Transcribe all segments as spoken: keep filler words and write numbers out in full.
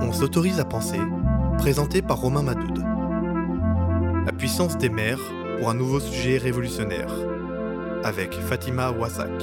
On s'autorise à penser, présenté par Romain Madoud. La puissance des mères pour un nouveau sujet révolutionnaire, avec Fatima Ouassak.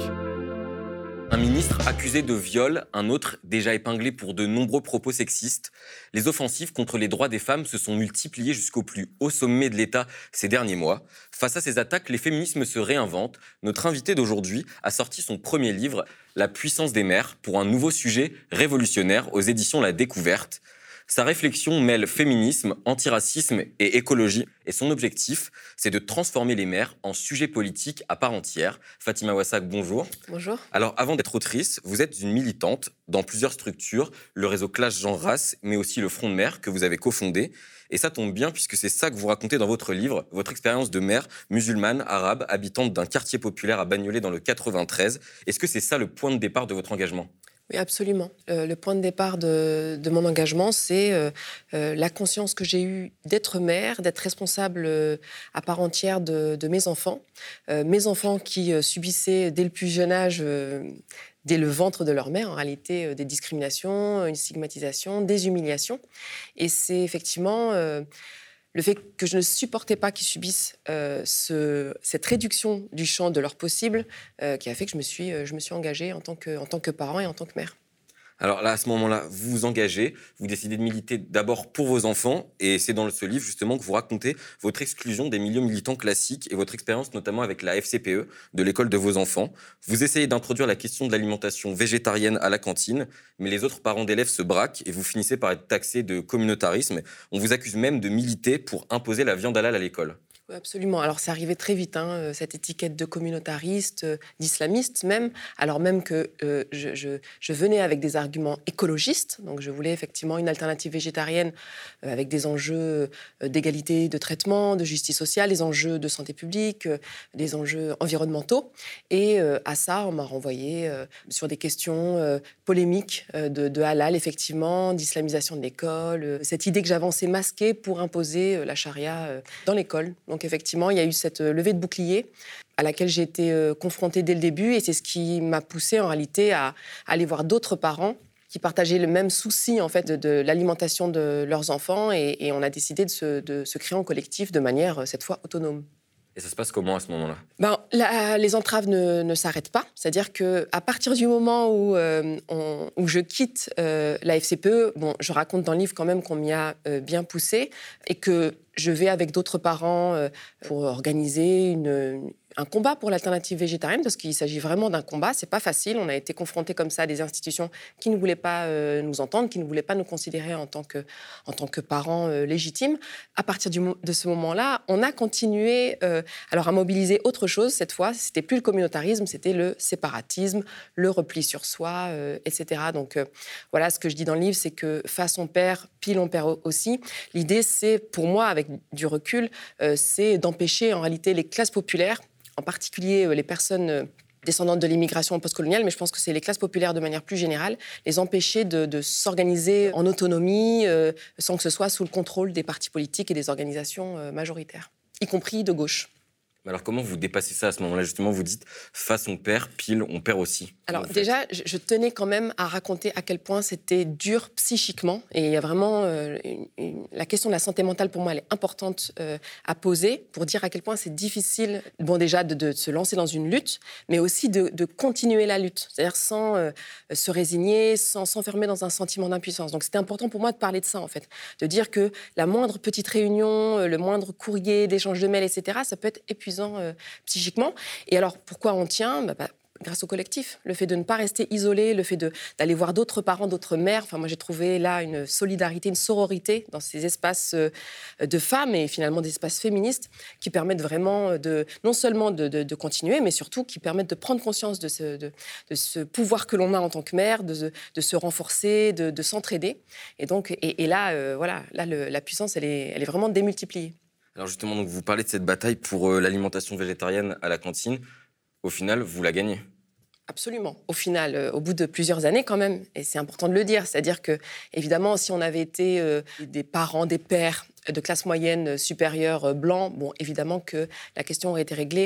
Un ministre accusé de viol, un autre déjà épinglé pour de nombreux propos sexistes. Les offensives contre les droits des femmes se sont multipliées jusqu'au plus haut sommet de l'État ces derniers mois. Face à ces attaques, les féminismes se réinventent. Notre invité d'aujourd'hui a sorti son premier livre, La puissance des mères, pour un nouveau sujet révolutionnaire aux éditions La Découverte. Sa réflexion mêle féminisme, antiracisme et écologie. Et son objectif, c'est de transformer les mères en sujets politiques à part entière. Fatima Ouassak, bonjour. Bonjour. Alors, avant d'être autrice, vous êtes une militante dans plusieurs structures, le réseau Clash Genre Race, mais aussi le Front de Mères que vous avez cofondé. Et ça tombe bien puisque c'est ça que vous racontez dans votre livre, votre expérience de mère musulmane, arabe, habitante d'un quartier populaire à Bagnolet dans le quatre-vingt-treize. Est-ce que c'est ça le point de départ de votre engagement ? Oui, absolument. Euh, le point de départ de, de mon engagement, c'est euh, euh, la conscience que j'ai eue d'être mère, d'être responsable euh, à part entière de, de mes enfants. Euh, mes enfants qui euh, subissaient dès le plus jeune âge, euh, dès le ventre de leur mère, en réalité, euh, des discriminations, une stigmatisation, des humiliations. Et c'est effectivement... Euh, Le fait que je ne supportais pas qu'ils subissent euh, ce, cette réduction du champ de leur possible euh, qui a fait que je me suis, euh, je me suis engagée en tant que, en tant que parent et en tant que mère. Alors là, à ce moment-là, vous vous engagez, vous décidez de militer d'abord pour vos enfants, et c'est dans ce livre justement que vous racontez votre exclusion des milieux militants classiques et votre expérience notamment avec la F C P E de l'école de vos enfants. Vous essayez d'introduire la question de l'alimentation végétarienne à la cantine, mais les autres parents d'élèves se braquent et vous finissez par être taxé de communautarisme. On vous accuse même de militer pour imposer la viande halal à l'école. Oui, absolument. Alors, c'est arrivé très vite, hein, cette étiquette de communautariste, euh, d'islamiste même, alors même que euh, je, je, je venais avec des arguments écologistes. Donc, je voulais effectivement une alternative végétarienne euh, avec des enjeux euh, d'égalité de traitement, de justice sociale, des enjeux de santé publique, euh, des enjeux environnementaux. Et euh, à ça, on m'a renvoyé euh, sur des questions euh, polémiques euh, de, de halal, effectivement, d'islamisation de l'école, euh, cette idée que j'avançais masquée pour imposer euh, la charia euh, dans l'école. Donc, Donc effectivement, il y a eu cette levée de bouclier à laquelle j'ai été euh, confrontée dès le début et c'est ce qui m'a poussée en réalité à, à aller voir d'autres parents qui partageaient le même souci en fait, de, de l'alimentation de leurs enfants et, et on a décidé de se, de se créer en collectif de manière, cette fois, autonome. Et ça se passe comment à ce moment-là ? Ben, la, les entraves ne, ne s'arrêtent pas. C'est-à-dire qu'à partir du moment où, euh, on, où je quitte euh, la F C P E, bon, je raconte dans le livre quand même qu'on m'y a euh, bien poussée et que je vais avec d'autres parents euh, pour organiser une, un combat pour l'alternative végétarienne, parce qu'il s'agit vraiment d'un combat. C'est pas facile. On a été confrontés comme ça à des institutions qui ne voulaient pas euh, nous entendre, qui ne voulaient pas nous considérer en tant que, en tant que parents euh, légitimes. À partir du, de ce moment-là, on a continué euh, alors à mobiliser autre chose. Cette fois, c'était plus le communautarisme, c'était le séparatisme, le repli sur soi, euh, et cetera. Donc euh, voilà, ce que je dis dans le livre, c'est que face on perd, pile on perd aussi. L'idée, c'est pour moi, avec du recul, euh, c'est d'empêcher en réalité les classes populaires, en particulier euh, les personnes euh, descendantes de l'immigration postcoloniale, mais je pense que c'est les classes populaires de manière plus générale, les empêcher de, de s'organiser en autonomie, euh, sans que ce soit sous le contrôle des partis politiques et des organisations euh, majoritaires, y compris de gauche. Alors comment vous dépassez ça à ce moment-là ? Justement, vous dites face on perd, pile on perd aussi. Alors déjà, je, je tenais quand même à raconter à quel point c'était dur psychiquement. Et il y a vraiment euh, une, une, la question de la santé mentale pour moi, elle est importante euh, à poser pour dire à quel point c'est difficile, bon déjà de, de se lancer dans une lutte, mais aussi de, de continuer la lutte, c'est-à-dire sans euh, se résigner, sans s'enfermer dans un sentiment d'impuissance. Donc c'était important pour moi de parler de ça en fait, de dire que la moindre petite réunion, le moindre courrier, d'échange de mails, et cetera, ça peut être épuisant Euh, psychiquement. Et alors, pourquoi on tient ? bah, bah, Grâce au collectif. Le fait de ne pas rester isolé, le fait de, d'aller voir d'autres parents, d'autres mères. Enfin, moi, j'ai trouvé là une solidarité, une sororité dans ces espaces euh, de femmes et finalement des espaces féministes qui permettent vraiment de, non seulement de, de, de continuer, mais surtout qui permettent de prendre conscience de ce, de, de ce pouvoir que l'on a en tant que mère, de, de se renforcer, de, de s'entraider. Et donc, et, et là, euh, voilà, là, le, la puissance, elle est, elle est vraiment démultipliée. Alors justement, donc vous parlez de cette bataille pour euh, l'alimentation végétarienne à la cantine. Au final, vous la gagnez. Absolument. Au final, euh, au bout de plusieurs années quand même, et c'est important de le dire, c'est-à-dire que, évidemment, si on avait été euh, des parents, des pères de classe moyenne supérieure euh, blancs, bon, évidemment que la question aurait été réglée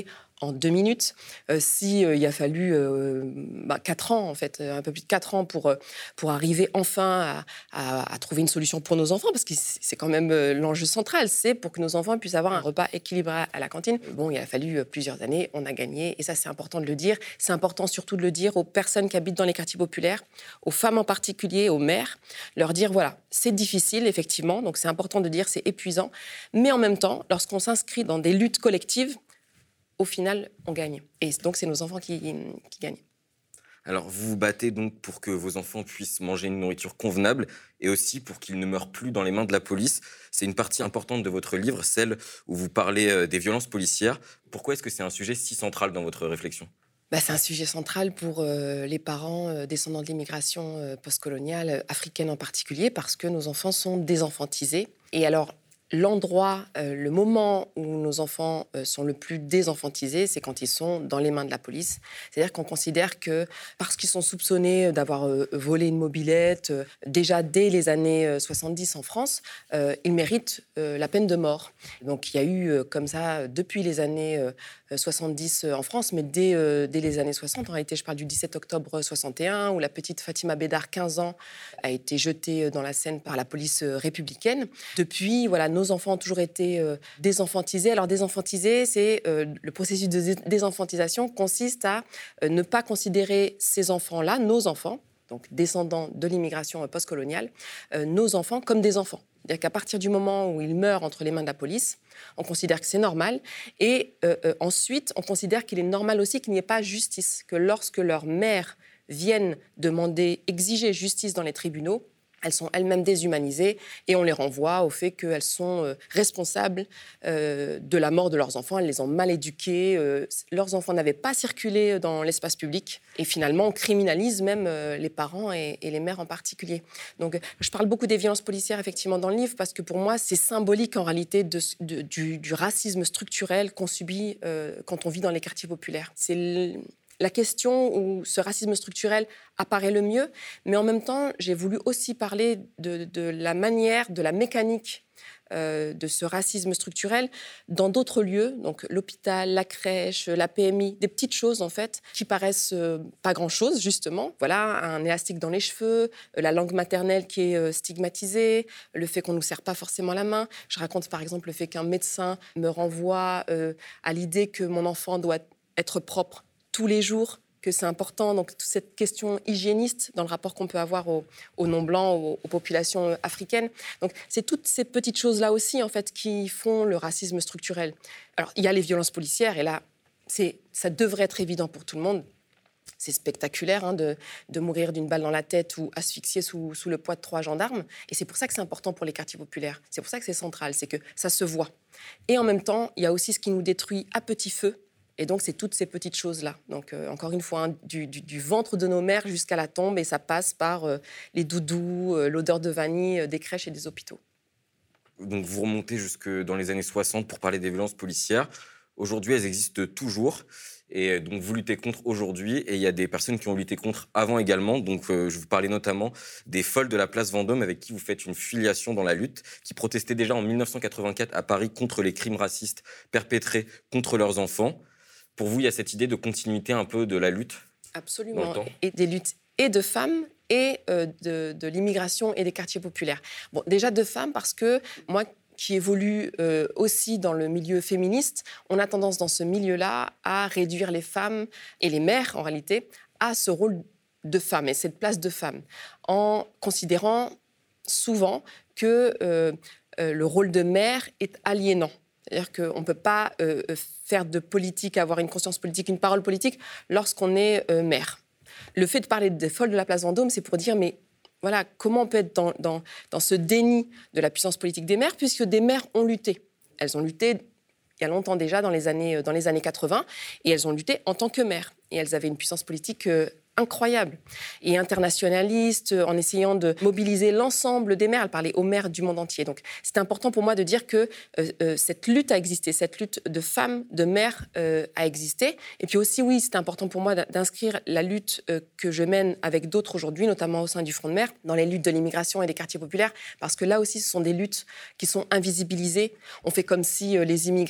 en deux minutes. Euh, si euh, il a fallu euh, bah, quatre ans, en fait, un peu plus de quatre ans pour, pour arriver enfin à, à, à trouver une solution pour nos enfants, parce que c'est quand même euh, l'enjeu central, c'est pour que nos enfants puissent avoir un repas équilibré à la cantine. Bon, il a fallu euh, plusieurs années, on a gagné, et ça, c'est important de le dire. C'est important surtout de le dire aux personnes qui habitent dans les quartiers populaires, aux femmes en particulier, aux mères, leur dire, voilà, c'est difficile, effectivement, donc c'est important de dire, c'est épuisant, mais en même temps, lorsqu'on s'inscrit dans des luttes collectives, au final, on gagne. Et donc, c'est nos enfants qui, qui gagnent. Alors, vous vous battez donc pour que vos enfants puissent manger une nourriture convenable et aussi pour qu'ils ne meurent plus dans les mains de la police. C'est une partie importante de votre livre, celle où vous parlez des violences policières. Pourquoi est-ce que c'est un sujet si central dans votre réflexion ? Bah, c'est un sujet central pour euh, les parents euh, descendants de l'immigration euh, postcoloniale, euh, africaine en particulier, parce que nos enfants sont désenfantisés. Et alors, l'endroit, euh, le moment où nos enfants euh, sont le plus désenfantisés, c'est quand ils sont dans les mains de la police. C'est-à-dire qu'on considère que parce qu'ils sont soupçonnés d'avoir euh, volé une mobilette, euh, déjà dès les années euh, soixante-dix en France, euh, ils méritent euh, la peine de mort. Donc il y a eu euh, comme ça, depuis les années euh, soixante-dix euh, en France, mais dès, euh, dès les années soixante, en réalité je parle du dix-sept octobre soixante et un, où la petite Fatima Bédar, quinze ans, a été jetée dans la Seine par la police euh, républicaine. Depuis, voilà, nos Nos enfants ont toujours été euh, désenfantisés. Alors, désenfantisés, c'est euh, le processus de dé- désenfantisation consiste à euh, ne pas considérer ces enfants-là, nos enfants, donc descendants de l'immigration postcoloniale, euh, nos enfants comme des enfants. C'est-à-dire qu'à partir du moment où ils meurent entre les mains de la police, on considère que c'est normal. Et euh, euh, ensuite, on considère qu'il est normal aussi qu'il n'y ait pas justice, que lorsque leurs mères viennent demander, exiger justice dans les tribunaux, elles sont elles-mêmes déshumanisées et on les renvoie au fait qu'elles sont euh, responsables euh, de la mort de leurs enfants. Elles les ont mal éduqués. Euh, leurs enfants n'avaient pas circulé dans l'espace public. Et finalement, on criminalise même euh, les parents et, et les mères en particulier. Donc, je parle beaucoup des violences policières, effectivement, dans le livre, parce que pour moi, c'est symbolique, en réalité, de, de, du, du racisme structurel qu'on subit euh, quand on vit dans les quartiers populaires. C'est le, la question où ce racisme structurel apparaît le mieux, mais en même temps, j'ai voulu aussi parler de, de la manière, de la mécanique euh, de ce racisme structurel dans d'autres lieux, donc l'hôpital, la crèche, la P M I, des petites choses en fait qui paraissent euh, pas grand-chose justement. Voilà, un élastique dans les cheveux, euh, la langue maternelle qui est euh, stigmatisée, le fait qu'on nous serre pas forcément la main. Je raconte par exemple le fait qu'un médecin me renvoie euh, à l'idée que mon enfant doit être propre tous les jours, que c'est important. Donc, toute cette question hygiéniste dans le rapport qu'on peut avoir aux, aux non-blancs, aux, aux populations africaines. Donc, c'est toutes ces petites choses-là aussi, en fait, qui font le racisme structurel. Alors, il y a les violences policières, et là, c'est, ça devrait être évident pour tout le monde. C'est spectaculaire hein, de, de mourir d'une balle dans la tête ou asphyxié sous, sous le poids de trois gendarmes. Et c'est pour ça que c'est important pour les quartiers populaires. C'est pour ça que c'est central, c'est que ça se voit. Et en même temps, il y a aussi ce qui nous détruit à petit feu. Et donc, c'est toutes ces petites choses-là. Donc, euh, encore une fois, hein, du, du, du ventre de nos mères jusqu'à la tombe, et ça passe par euh, les doudous, euh, l'odeur de vanille euh, des crèches et des hôpitaux. Donc, vous remontez jusque dans les années soixante pour parler des violences policières. Aujourd'hui, elles existent toujours. Et donc, vous luttez contre aujourd'hui. Et il y a des personnes qui ont lutté contre avant également. Donc, euh, je vous parlais notamment des folles de la place Vendôme avec qui vous faites une filiation dans la lutte, qui protestaient déjà en dix-neuf cent quatre-vingt-quatre à Paris contre les crimes racistes perpétrés contre leurs enfants. Pour vous, il y a cette idée de continuité un peu de la lutte ? Absolument. Et des luttes et de femmes et euh, de, de l'immigration et des quartiers populaires. Bon, déjà de femmes parce que moi, qui évolue euh, aussi dans le milieu féministe, on a tendance dans ce milieu-là à réduire les femmes et les mères, en réalité, à ce rôle de femme et cette place de femme, en considérant souvent que euh, euh, le rôle de mère est aliénant. C'est-à-dire qu'on ne peut pas euh, faire de politique, avoir une conscience politique, une parole politique, lorsqu'on est euh, mère. Le fait de parler des folles de la place Vendôme, c'est pour dire, mais voilà, comment on peut être dans, dans, dans ce déni de la puissance politique des mères, puisque des mères ont lutté. Elles ont lutté il y a longtemps déjà, dans les années, dans les années quatre-vingts, et elles ont lutté en tant que mères. Et elles avaient une puissance politique euh, incroyable et internationaliste, en essayant de mobiliser l'ensemble des mères. Elle parlait aux mères du monde entier. Donc, c'est important pour moi de dire que euh, euh, cette lutte a existé, cette lutte de femmes, de mères euh, a existé. Et puis aussi, oui, c'est important pour moi d'inscrire la lutte euh, que je mène avec d'autres aujourd'hui, notamment au sein du Front de Mer, dans les luttes de l'immigration et des quartiers populaires, parce que là aussi, ce sont des luttes qui sont invisibilisées. On fait comme si euh, les immigrés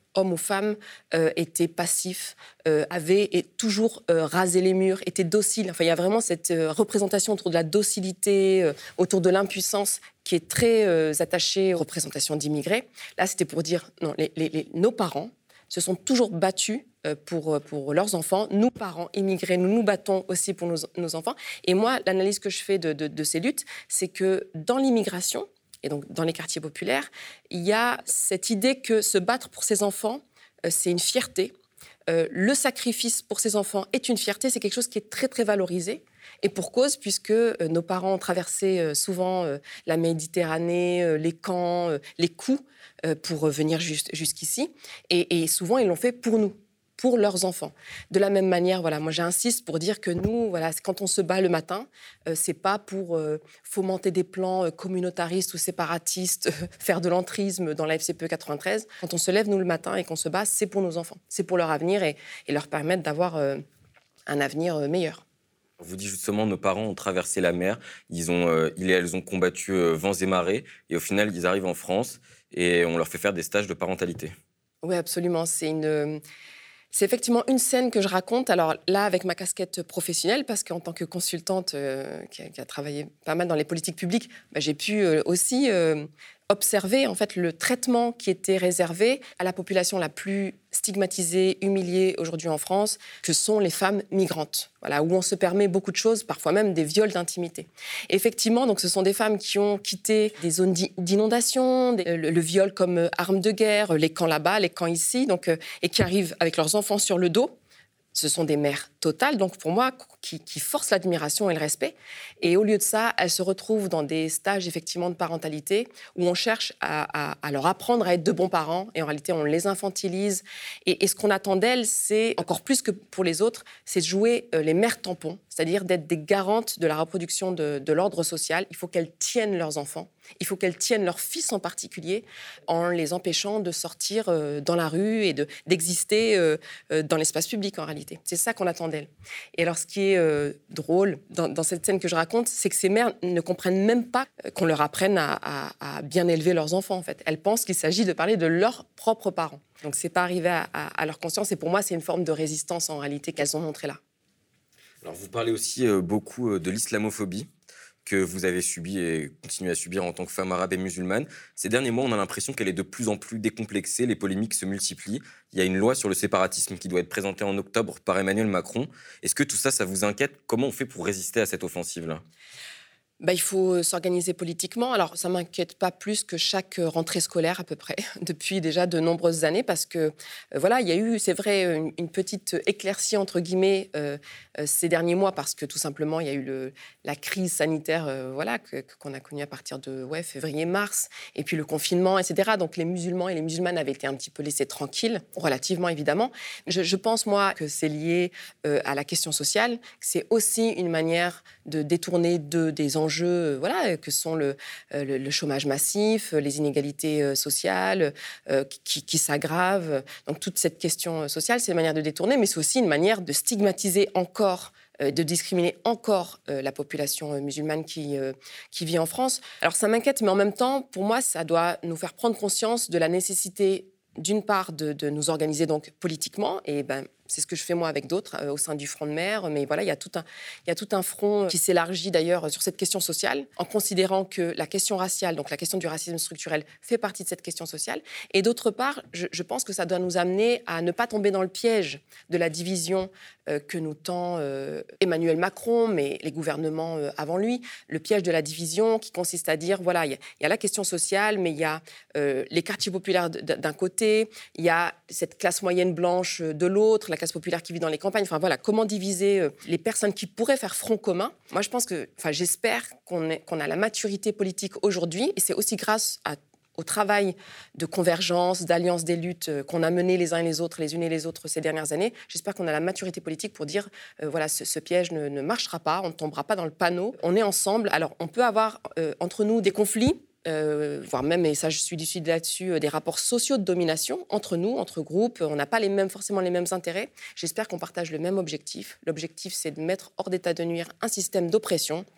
hommes ou femmes, euh, étaient passifs, euh, avaient et toujours euh, rasé les murs, étaient dociles. Enfin, il y a vraiment cette euh, représentation autour de la docilité, euh, autour de l'impuissance, qui est très euh, attachée aux représentations d'immigrés. Là, c'était pour dire, non, les, les, les, nos parents se sont toujours battus euh, pour, pour leurs enfants. Nous, parents immigrés, nous nous battons aussi pour nos, nos enfants. Et moi, l'analyse que je fais de, de, de ces luttes, c'est que dans l'immigration, et donc dans les quartiers populaires, il y a cette idée que se battre pour ses enfants, euh, c'est une fierté. Euh, le sacrifice pour ses enfants est une fierté, c'est quelque chose qui est très, très valorisé. Et pour cause, puisque euh, nos parents ont traversé euh, souvent euh, la Méditerranée, euh, les camps, euh, les coups, euh, pour venir juste, jusqu'ici. Et, et souvent, ils l'ont fait pour nous, pour leurs enfants. De la même manière, voilà, moi j'insiste pour dire que nous, voilà, quand on se bat le matin, euh, c'est pas pour euh, fomenter des plans euh, communautaristes ou séparatistes, euh, faire de l'entrisme dans la F C P E quatre-vingt-treize. Quand on se lève, nous, le matin, et qu'on se bat, c'est pour nos enfants. C'est pour leur avenir et, et leur permettre d'avoir euh, un avenir euh, meilleur. Vous dites justement, nos parents ont traversé la mer, ils, ont, euh, ils et elles ont combattu euh, vents et marées, et au final, ils arrivent en France et on leur fait faire des stages de parentalité. Oui, absolument. C'est une... C'est effectivement une scène que je raconte, alors là, avec ma casquette professionnelle, parce qu'en tant que consultante euh, qui, a, qui a travaillé pas mal dans les politiques publiques, bah, j'ai pu euh, aussi euh, observer en fait, le traitement qui était réservé à la population la plus stigmatisée, humiliée aujourd'hui en France, que sont les femmes migrantes, voilà, où on se permet beaucoup de choses, parfois même des viols d'intimité. Et effectivement, donc, ce sont des femmes qui ont quitté des zones d'inondation, des, le, le viol comme euh, arme de guerre, les camps là-bas, les camps ici, donc, euh, et qui arrivent avec leurs enfants sur le dos. Ce sont des mères totales, donc pour moi, qui, qui forcent l'admiration et le respect. Et au lieu de ça, elles se retrouvent dans des stages effectivement de parentalité où on cherche à, à, à leur apprendre à être de bons parents et en réalité, on les infantilise. Et, et ce qu'on attend d'elles, c'est, encore plus que pour les autres, c'est de jouer euh, les mères tampons, c'est-à-dire d'être des garantes de la reproduction de, de l'ordre social. Il faut qu'elles tiennent leurs enfants. Il faut qu'elles tiennent leurs fils en particulier en les empêchant de sortir euh, dans la rue et de, d'exister euh, euh, dans l'espace public en réalité. C'est ça qu'on attend d'elles. Et alors ce qui est euh, drôle dans, dans cette scène que je raconte, c'est que ces mères ne comprennent même pas qu'on leur apprenne à, à, à bien élever leurs enfants en fait. Elles pensent qu'il s'agit de parler de leurs propres parents. Donc c'est pas arrivé à, à, à leur conscience et pour moi c'est une forme de résistance en réalité qu'elles ont montrée là. Alors vous parlez aussi euh, beaucoup euh, de l'islamophobie que vous avez subi et continuez à subir en tant que femme arabe et musulmane. Ces derniers mois, on a l'impression qu'elle est de plus en plus décomplexée, les polémiques se multiplient. Il y a une loi sur le séparatisme qui doit être présentée en octobre par Emmanuel Macron. Est-ce que tout ça, ça vous inquiète ? Comment on fait pour résister à cette offensive-là ? Bah, il faut s'organiser politiquement. Alors, ça ne m'inquiète pas plus que chaque rentrée scolaire, à peu près, depuis déjà de nombreuses années, parce que, euh, voilà, il y a eu, c'est vrai, une, une petite éclaircie, entre guillemets, euh, euh, ces derniers mois, parce que, tout simplement, il y a eu le, la crise sanitaire, euh, voilà, que, qu'on a connue à partir de ouais, février-mars, et puis le confinement, et cetera. Donc, les musulmans et les musulmanes avaient été un petit peu laissés tranquilles, relativement, évidemment. Je, je pense, moi, que c'est lié euh, à la question sociale, que c'est aussi une manière de détourner de, des enjeux enjeux voilà, que sont le, le, le chômage massif, les inégalités sociales euh, qui, qui s'aggravent. Donc toute cette question sociale, c'est une manière de détourner, mais c'est aussi une manière de stigmatiser encore, euh, de discriminer encore euh, la population musulmane qui, euh, qui vit en France. Alors ça m'inquiète, mais en même temps, pour moi, ça doit nous faire prendre conscience de la nécessité, d'une part, de, de nous organiser donc politiquement, et ben, c'est ce que je fais moi avec d'autres euh, au sein du Front de Mer. Mais voilà, il y a tout un, il y a tout un front qui s'élargit d'ailleurs sur cette question sociale, en considérant que la question raciale, donc la question du racisme structurel, fait partie de cette question sociale. Et d'autre part, je, je pense que ça doit nous amener à ne pas tomber dans le piège de la division euh, que nous tend euh, Emmanuel Macron, mais les gouvernements euh, avant lui, le piège de la division qui consiste à dire, voilà, il y, y a la question sociale, mais il y a euh, les quartiers populaires d'un côté, il y a cette classe moyenne blanche de l'autre, la classe populaire qui vit dans les campagnes. Enfin voilà, comment diviser euh, les personnes qui pourraient faire front commun. Moi, je pense que, enfin, j'espère qu'on, est, qu'on a la maturité politique aujourd'hui, et c'est aussi grâce à, au travail de convergence, d'alliance des luttes euh, qu'on a mené les uns et les autres, les unes et les autres ces dernières années. J'espère qu'on a la maturité politique pour dire, euh, voilà, ce, ce piège ne, ne marchera pas, on ne tombera pas dans le panneau. On est ensemble. Alors, on peut avoir euh, entre nous des conflits. Euh, voire même, et ça je suis lucide là-dessus, euh, des rapports sociaux de domination entre nous, entre groupes. On n'a pas les mêmes, forcément les mêmes intérêts. J'espère qu'on partage le même objectif. L'objectif, c'est de mettre hors d'état de nuire un système d'oppression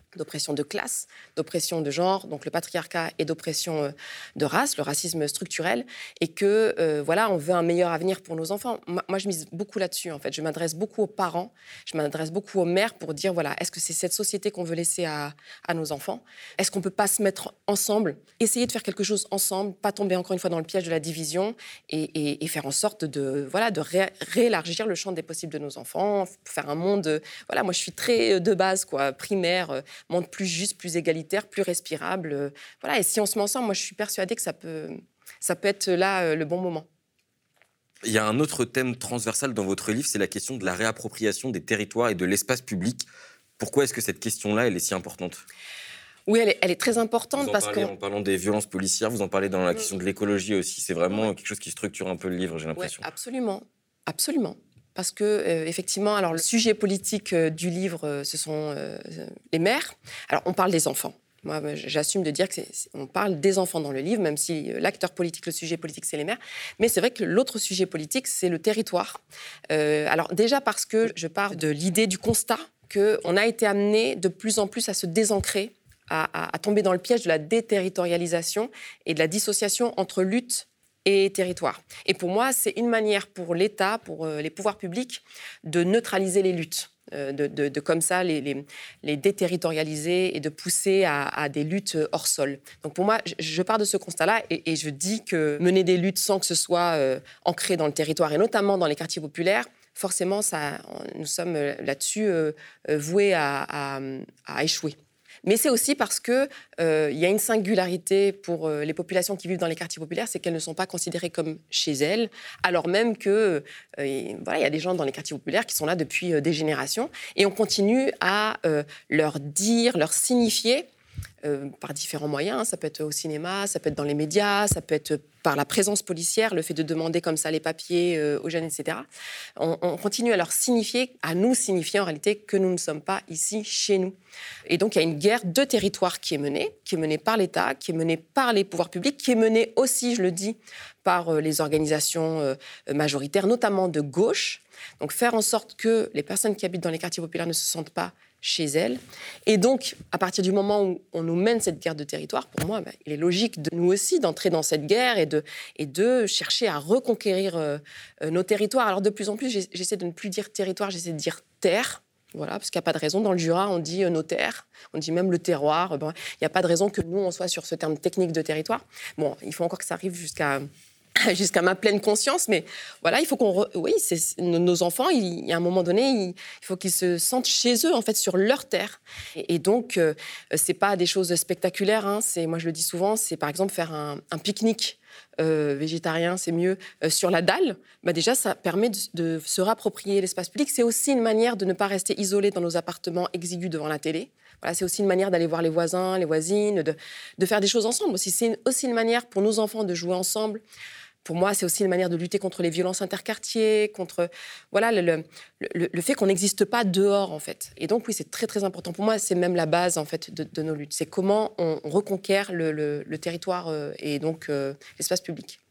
d'oppression de classe, d'oppression de genre, donc le patriarcat, et d'oppression euh, de race, le racisme structurel, et que euh, voilà, on veut un meilleur avenir pour nos enfants. Moi, moi, je mise beaucoup là-dessus, en fait. Je m'adresse beaucoup aux parents, je m'adresse beaucoup aux mères pour dire, voilà, est-ce que c'est cette société qu'on veut laisser à, à nos enfants? Est-ce qu'on ne peut pas se mettre ensemble, essayer de faire quelque chose ensemble, pas tomber encore une fois dans le piège de la division, et, et, et faire en sorte de, voilà, de ré- réélargir le champ des possibles de nos enfants, pour faire un monde, euh, voilà, moi, je suis très de base, quoi, primaire, euh, monde plus juste, plus égalitaire, plus respirable. Euh, voilà. Et si on se met ensemble, moi, je suis persuadée que ça peut, ça peut être là euh, le bon moment. Il y a un autre thème transversal dans votre livre, c'est la question de la réappropriation des territoires et de l'espace public. Pourquoi est-ce que cette question-là, elle est si importante ? Oui, elle est, elle est très importante. Vous en parce parlez que... en parlant des violences policières, vous en parlez dans la question de l'écologie aussi. C'est vraiment quelque chose qui structure un peu le livre, j'ai l'impression. Oui, absolument. Absolument. Parce que, euh, effectivement, alors, le sujet politique euh, du livre, euh, ce sont euh, les mères. Alors, on parle des enfants. Moi, j'assume de dire qu'on parle des enfants dans le livre, même si l'acteur politique, le sujet politique, c'est les mères. Mais c'est vrai que l'autre sujet politique, c'est le territoire. Euh, alors, déjà parce que je pars de l'idée, du constat qu'on a été amené de plus en plus à se désancrer, à, à, à tomber dans le piège de la déterritorialisation et de la dissociation entre lutte et territoire. Et pour moi, c'est une manière pour l'État, pour euh, les pouvoirs publics, de neutraliser les luttes, euh, de, de, de comme ça les, les, les déterritorialiser et de pousser à, à des luttes hors sol. Donc pour moi, je, je pars de ce constat-là et, et je dis que mener des luttes sans que ce soit euh, ancré dans le territoire, et notamment dans les quartiers populaires, forcément, ça, nous sommes là-dessus euh, voués à, à, à échouer. Mais c'est aussi parce qu'il euh, y a une singularité pour euh, les populations qui vivent dans les quartiers populaires, c'est qu'elles ne sont pas considérées comme chez elles, alors même qu'il euh, voilà, y a des gens dans les quartiers populaires qui sont là depuis euh, des générations, et on continue à euh, leur dire, leur signifier, Euh, par différents moyens, ça peut être au cinéma, ça peut être dans les médias, ça peut être par la présence policière, le fait de demander comme ça les papiers euh, aux jeunes, et cetera. On, on continue à leur signifier, à nous signifier en réalité que nous ne sommes pas ici chez nous. Et donc il y a une guerre de territoire qui est menée, qui est menée par l'État, qui est menée par les pouvoirs publics, qui est menée aussi, je le dis, par euh, les organisations euh, majoritaires, notamment de gauche. Donc faire en sorte que les personnes qui habitent dans les quartiers populaires ne se sentent pas chez elles. Et donc, à partir du moment où on nous mène cette guerre de territoire, pour moi, ben, il est logique, de nous aussi, d'entrer dans cette guerre et de, et de chercher à reconquérir euh, nos territoires. Alors, de plus en plus, j'essaie de ne plus dire territoire, j'essaie de dire terre. Voilà, parce qu'il n'y a pas de raison. Dans le Jura, on dit euh, nos terres, on dit même le terroir. Bon, il n'y a pas de raison que nous, on soit sur ce terme technique de territoire. Bon, il faut encore que ça arrive jusqu'à... jusqu'à ma pleine conscience, mais voilà, il faut qu'on... Re... Oui, c'est... nos enfants, il y a un moment donné, il faut qu'ils se sentent chez eux, en fait, sur leur terre. Et, et donc, euh, c'est pas des choses spectaculaires, hein. C'est, moi je le dis souvent, c'est par exemple faire un, un pique-nique euh, végétarien, c'est mieux, euh, sur la dalle. Bah déjà, ça permet de, de se réapproprier l'espace public. C'est aussi une manière de ne pas rester isolé dans nos appartements exigus devant la télé. Voilà, c'est aussi une manière d'aller voir les voisins, les voisines, de, de faire des choses ensemble. Aussi, c'est une, aussi une manière pour nos enfants de jouer ensemble. Pour moi, c'est aussi une manière de lutter contre les violences interquartiers, contre voilà, le, le, le, le fait qu'on n'existe pas dehors, en fait. Et donc, oui, c'est très, très important. Pour moi, c'est même la base, en fait, de, de nos luttes. C'est comment on reconquiert le, le, le territoire euh, et donc euh, l'espace public.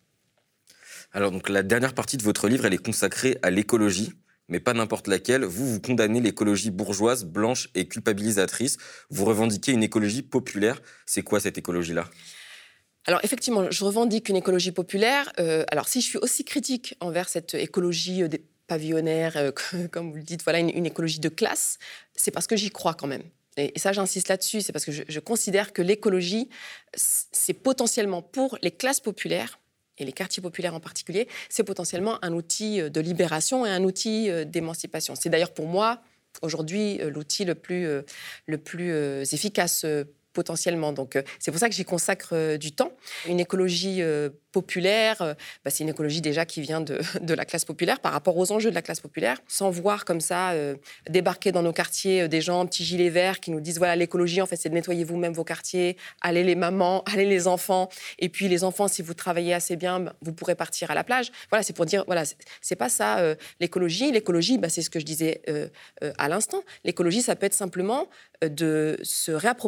Alors, donc, la dernière partie de votre livre, elle est consacrée à l'écologie, mais pas n'importe laquelle. Vous, vous condamnez l'écologie bourgeoise, blanche et culpabilisatrice. Vous revendiquez une écologie populaire. C'est quoi cette écologie-là ? Alors, effectivement, je revendique une écologie populaire. Euh, alors, si je suis aussi critique envers cette écologie euh, pavillonnaire, euh, comme vous le dites, voilà, une, une écologie de classe, c'est parce que j'y crois quand même. Et, et ça, j'insiste là-dessus, c'est parce que je, je considère que l'écologie, c'est potentiellement pour les classes populaires, et les quartiers populaires en particulier, c'est potentiellement un outil de libération et un outil d'émancipation. C'est d'ailleurs pour moi, aujourd'hui, l'outil le plus, le plus efficace potentiellement. Donc, euh, c'est pour ça que j'y consacre euh, du temps. Une écologie euh, populaire, euh, bah, c'est une écologie déjà qui vient de, de la classe populaire par rapport aux enjeux de la classe populaire, sans voir comme ça euh, débarquer dans nos quartiers euh, des gens en petits gilets verts qui nous disent voilà, l'écologie, en fait, c'est de nettoyer vous-même vos quartiers, allez les mamans, allez les enfants, et puis les enfants, si vous travaillez assez bien, bah, vous pourrez partir à la plage. Voilà, c'est pour dire, voilà, c'est, c'est pas ça euh, l'écologie. L'écologie, bah, c'est ce que je disais euh, euh, à l'instant. L'écologie, ça peut être simplement euh, de se réapproprier l'espace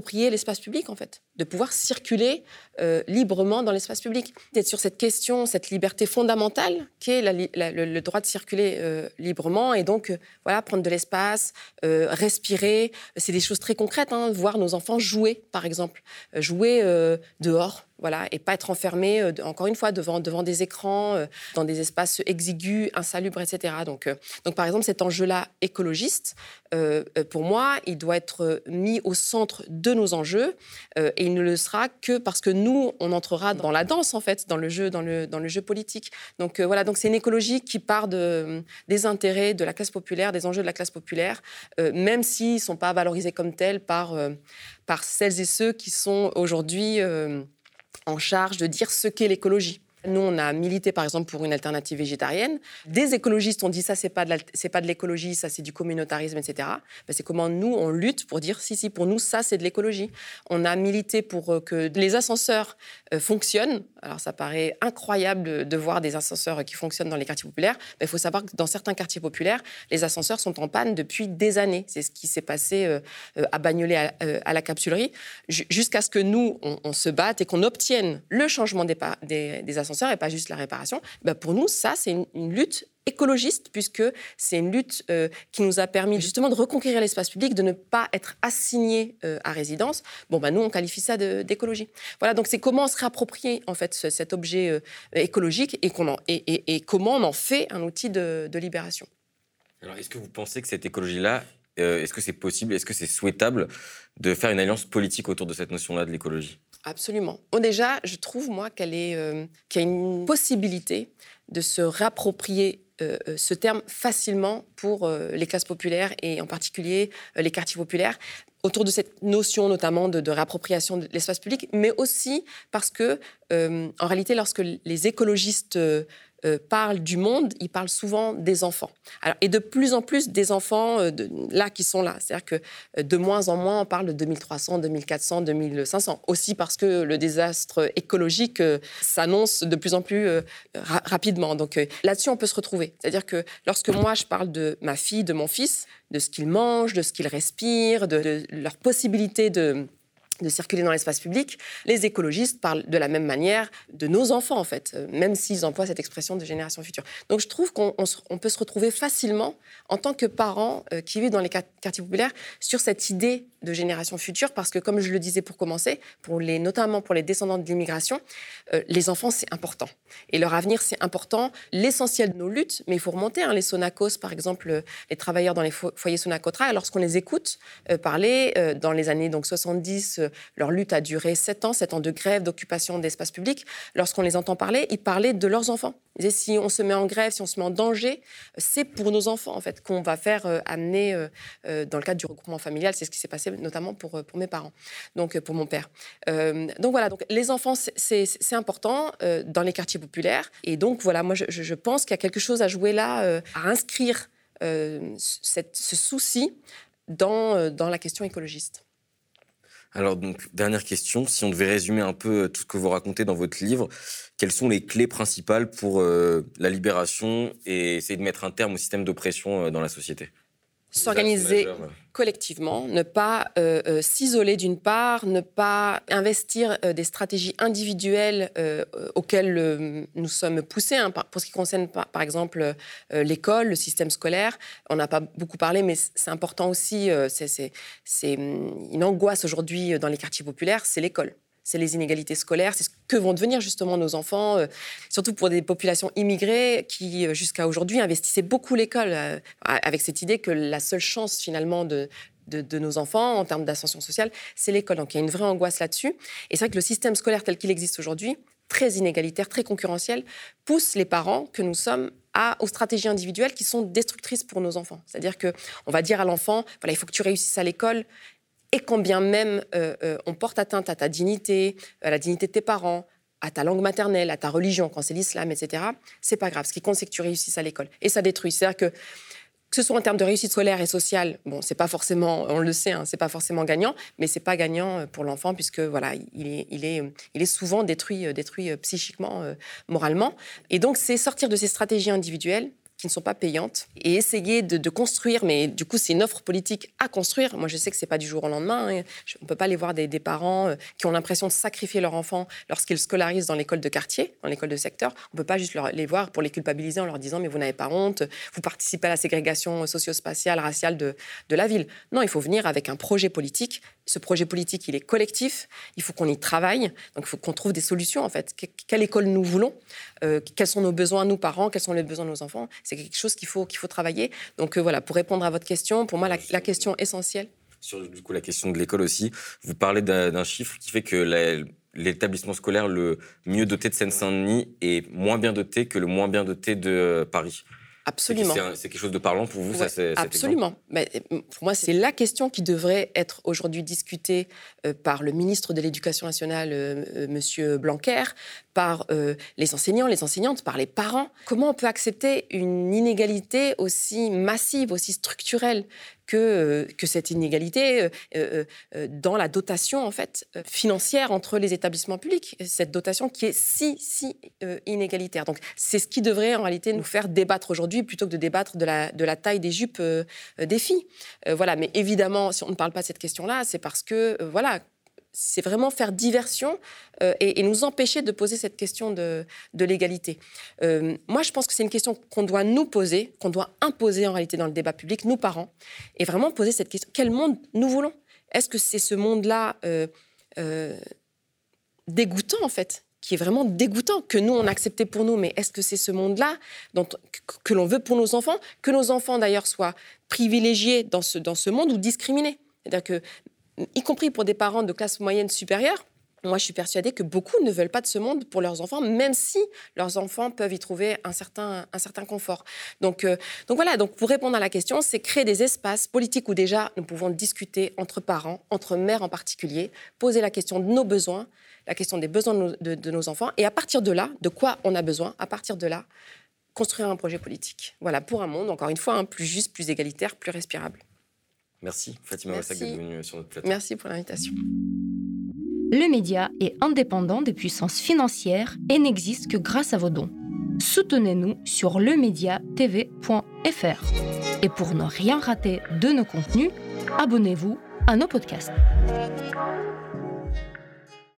l'espace public, en fait, de pouvoir circuler euh, librement dans l'espace public. D'être sur cette question, cette liberté fondamentale qu'est la, la, le, le droit de circuler euh, librement et donc, euh, voilà, prendre de l'espace, euh, respirer. C'est des choses très concrètes, hein, voir nos enfants jouer, par exemple, euh, jouer euh, dehors. Voilà, et pas être enfermé, euh, encore une fois, devant, devant des écrans, euh, dans des espaces exigus, insalubres, et cetera. Donc, euh, donc par exemple, cet enjeu-là écologiste, euh, pour moi, il doit être mis au centre de nos enjeux, euh, et il ne le sera que parce que nous, on entrera dans la danse, en fait, dans le jeu, dans le, dans le jeu politique. Donc euh, voilà, donc c'est une écologie qui part de, des intérêts de la classe populaire, des enjeux de la classe populaire, euh, même s'ils ne sont pas valorisés comme tels par, euh, par celles et ceux qui sont aujourd'hui... Euh, en charge de dire ce qu'est l'écologie. Nous, on a milité, par exemple, pour une alternative végétarienne. Des écologistes ont dit ça, c'est pas de la, c'est pas de l'écologie, ça, c'est du communautarisme, et cetera. Ben, c'est comment nous, on lutte pour dire si, si, pour nous, ça, c'est de l'écologie. On a milité pour que les ascenseurs euh, fonctionnent. Alors, ça paraît incroyable de voir des ascenseurs qui fonctionnent dans les quartiers populaires. Ben, il faut savoir que dans certains quartiers populaires, les ascenseurs sont en panne depuis des années. C'est ce qui s'est passé euh, à Bagnolet, à, euh, à la capsulerie, j- jusqu'à ce que nous, on, on se batte et qu'on obtienne le changement des, pa- des, des ascenseurs et pas juste la réparation. Ben pour nous, ça, c'est une, une lutte écologiste, puisque c'est une lutte euh, qui nous a permis justement de reconquérir l'espace public, de ne pas être assigné euh, à résidence. Bon, ben nous, on qualifie ça de, d'écologie. Voilà, donc c'est comment on se réapproprie en fait ce, cet objet euh, écologique et, qu'on en, et, et, et comment on en fait un outil de, de libération. Alors, est-ce que vous pensez que cette écologie-là, euh, est-ce que c'est possible, est-ce que c'est souhaitable de faire une alliance politique autour de cette notion-là de l'écologie ? Absolument. Bon, déjà, je trouve, moi, qu'elle est, euh, qu'il y a une possibilité de se réapproprier euh, ce terme facilement pour euh, les classes populaires et en particulier euh, les quartiers populaires, autour de cette notion notamment de, de réappropriation de l'espace public, mais aussi parce que, euh, en réalité, lorsque les écologistes euh, Euh, parlent du monde, ils parlent souvent des enfants. Alors, et de plus en plus des enfants euh, de, là qui sont là. C'est-à-dire que euh, de moins en moins, on parle de deux mille trois cents, deux mille quatre cents, deux mille cinq cents. Aussi parce que le désastre écologique euh, s'annonce de plus en plus euh, ra- rapidement. Donc euh, là-dessus, on peut se retrouver. C'est-à-dire que lorsque moi, je parle de ma fille, de mon fils, de ce qu'ils mangent, de ce qu'ils respirent, de, de leur possibilité de... de circuler dans l'espace public, les écologistes parlent de la même manière de nos enfants, en fait, même s'ils emploient cette expression de génération future. Donc je trouve qu'on on se, on peut se retrouver facilement, en tant que parents euh, qui vivent dans les quartiers populaires, sur cette idée de génération future, parce que, comme je le disais pour commencer, pour les, notamment pour les descendants de l'immigration, euh, les enfants, c'est important. Et leur avenir, c'est important. L'essentiel de nos luttes, mais il faut remonter, hein, les Sonacos, par exemple, les travailleurs dans les fo- foyers Sonacotra, lorsqu'on les écoute euh, parler, euh, dans les années donc, soixante-dix, euh, leur lutte a duré sept ans, sept ans de grève, d'occupation d'espace public. Lorsqu'on les entend parler, ils parlaient de leurs enfants. Ils disaient, si on se met en grève, si on se met en danger, c'est pour nos enfants, en fait, qu'on va faire euh, amener euh, euh, dans le cadre du regroupement familial. C'est ce qui s'est passé notamment pour, euh, pour mes parents, donc euh, pour mon père. Euh, donc voilà, donc, les enfants, c'est, c'est, c'est important euh, dans les quartiers populaires. Et donc voilà, moi, je, je pense qu'il y a quelque chose à jouer là, euh, à inscrire euh, cette, ce souci dans, euh, dans la question écologiste. Alors, donc, dernière question, si on devait résumer un peu tout ce que vous racontez dans votre livre, quelles sont les clés principales pour euh, la libération et essayer de mettre un terme au système d'oppression euh, dans la société ? S'organiser collectivement, ne pas euh, euh, s'isoler d'une part, ne pas investir euh, des stratégies individuelles euh, auxquelles euh, nous sommes poussés. Hein, par, pour ce qui concerne par, par exemple euh, l'école, le système scolaire, on n'a pas beaucoup parlé, mais c'est important aussi, euh, c'est, c'est, c'est une angoisse aujourd'hui dans les quartiers populaires, c'est l'école. C'est les inégalités scolaires, c'est ce que vont devenir justement nos enfants, euh, surtout pour des populations immigrées qui, euh, jusqu'à aujourd'hui, investissaient beaucoup l'école, euh, avec cette idée que la seule chance, finalement, de, de, de nos enfants, en termes d'ascension sociale, c'est l'école. Donc, il y a une vraie angoisse là-dessus. Et c'est vrai que le système scolaire tel qu'il existe aujourd'hui, très inégalitaire, très concurrentiel, pousse les parents que nous sommes à, aux stratégies individuelles qui sont destructrices pour nos enfants. C'est-à-dire qu'on va dire à l'enfant, voilà, il faut que tu réussisses à l'école, et quand bien même euh, euh, on porte atteinte à ta dignité, à la dignité de tes parents, à ta langue maternelle, à ta religion, quand c'est l'islam, et cetera, c'est pas grave. Ce qui compte, c'est que tu réussisses à l'école. Et ça détruit. C'est-à-dire que, que ce soit en termes de réussite scolaire et sociale, bon, c'est pas forcément, on le sait, hein, c'est pas forcément gagnant, mais c'est pas gagnant pour l'enfant, puisque voilà, il est, il est, il est souvent détruit, détruit psychiquement, euh, moralement. Et donc, c'est sortir de ces stratégies individuelles qui ne sont pas payantes et essayer de, de construire, mais du coup, c'est une offre politique à construire. Moi, je sais que ce n'est pas du jour au lendemain. Hein. Je, on ne peut pas aller voir des, des parents euh, qui ont l'impression de sacrifier leur enfant lorsqu'ils scolarisent dans l'école de quartier, dans l'école de secteur. On ne peut pas juste leur, les voir pour les culpabiliser en leur disant « mais vous n'avez pas honte, vous participez à la ségrégation socio-spatiale, raciale de, de la ville ». Non, il faut venir avec un projet politique. Ce projet politique, il est collectif. Il faut qu'on y travaille. Donc, il faut qu'on trouve des solutions, en fait. Que, quelle école nous voulons euh, Quels sont nos besoins, nous, parents? Quels sont les besoins de nos enfants? C'est quelque chose qu'il faut, qu'il faut travailler. Donc, euh, voilà, pour répondre à votre question, pour moi, la, la question essentielle... Sur, du coup, la question de l'école aussi, vous parlez d'un, d'un chiffre qui fait que la, l'établissement scolaire le mieux doté de Seine-Saint-Denis est moins bien doté que le moins bien doté de Paris. Absolument. C'est, c'est quelque chose de parlant pour vous, ouais, ça, c'est, absolument. Mais pour moi, c'est la question qui devrait être aujourd'hui discutée euh, par le ministre de l'Éducation nationale, euh, Monsieur Blanquer, par euh, les enseignants, les enseignantes, par les parents. Comment on peut accepter une inégalité aussi massive, aussi structurelle que, euh, que cette inégalité euh, euh, dans la dotation en fait, euh, financière entre les établissements publics. Cette dotation qui est si, si euh, inégalitaire. Donc, c'est ce qui devrait en réalité nous faire débattre aujourd'hui plutôt que de débattre de la, de la taille des jupes euh, des filles. Euh, voilà. Mais évidemment, si on ne parle pas de cette question-là, c'est parce que, euh, voilà, c'est vraiment faire diversion euh, et, et nous empêcher de poser cette question de, de l'égalité. Euh, moi, je pense que c'est une question qu'on doit nous poser, qu'on doit imposer en réalité dans le débat public, nous parents, et vraiment poser cette question. Quel monde nous voulons ? Est-ce que c'est ce monde-là euh, euh, dégoûtant, en fait, qui est vraiment dégoûtant, que nous, on a accepté pour nous, mais est-ce que c'est ce monde-là dont, que, que l'on veut pour nos enfants ? Que nos enfants, d'ailleurs, soient privilégiés dans ce, dans ce monde ou discriminés ? C'est-à-dire que y compris pour des parents de classe moyenne supérieure, moi, je suis persuadée que beaucoup ne veulent pas de ce monde pour leurs enfants, même si leurs enfants peuvent y trouver un certain, un certain confort. Donc, euh, donc voilà, donc pour répondre à la question, c'est créer des espaces politiques où déjà nous pouvons discuter entre parents, entre mères en particulier, poser la question de nos besoins, la question des besoins de nos, de, de nos enfants, et à partir de là, de quoi on a besoin, à partir de là, construire un projet politique. Voilà, pour un monde, encore une fois, hein, plus juste, plus égalitaire, plus respirable. Merci Fatima Wassak d'être venue sur notre plateau. Merci pour l'invitation. Le média est indépendant des puissances financières et n'existe que grâce à vos dons. Soutenez-nous sur lemedia t v point f r. Et pour ne rien rater de nos contenus, abonnez-vous à nos podcasts.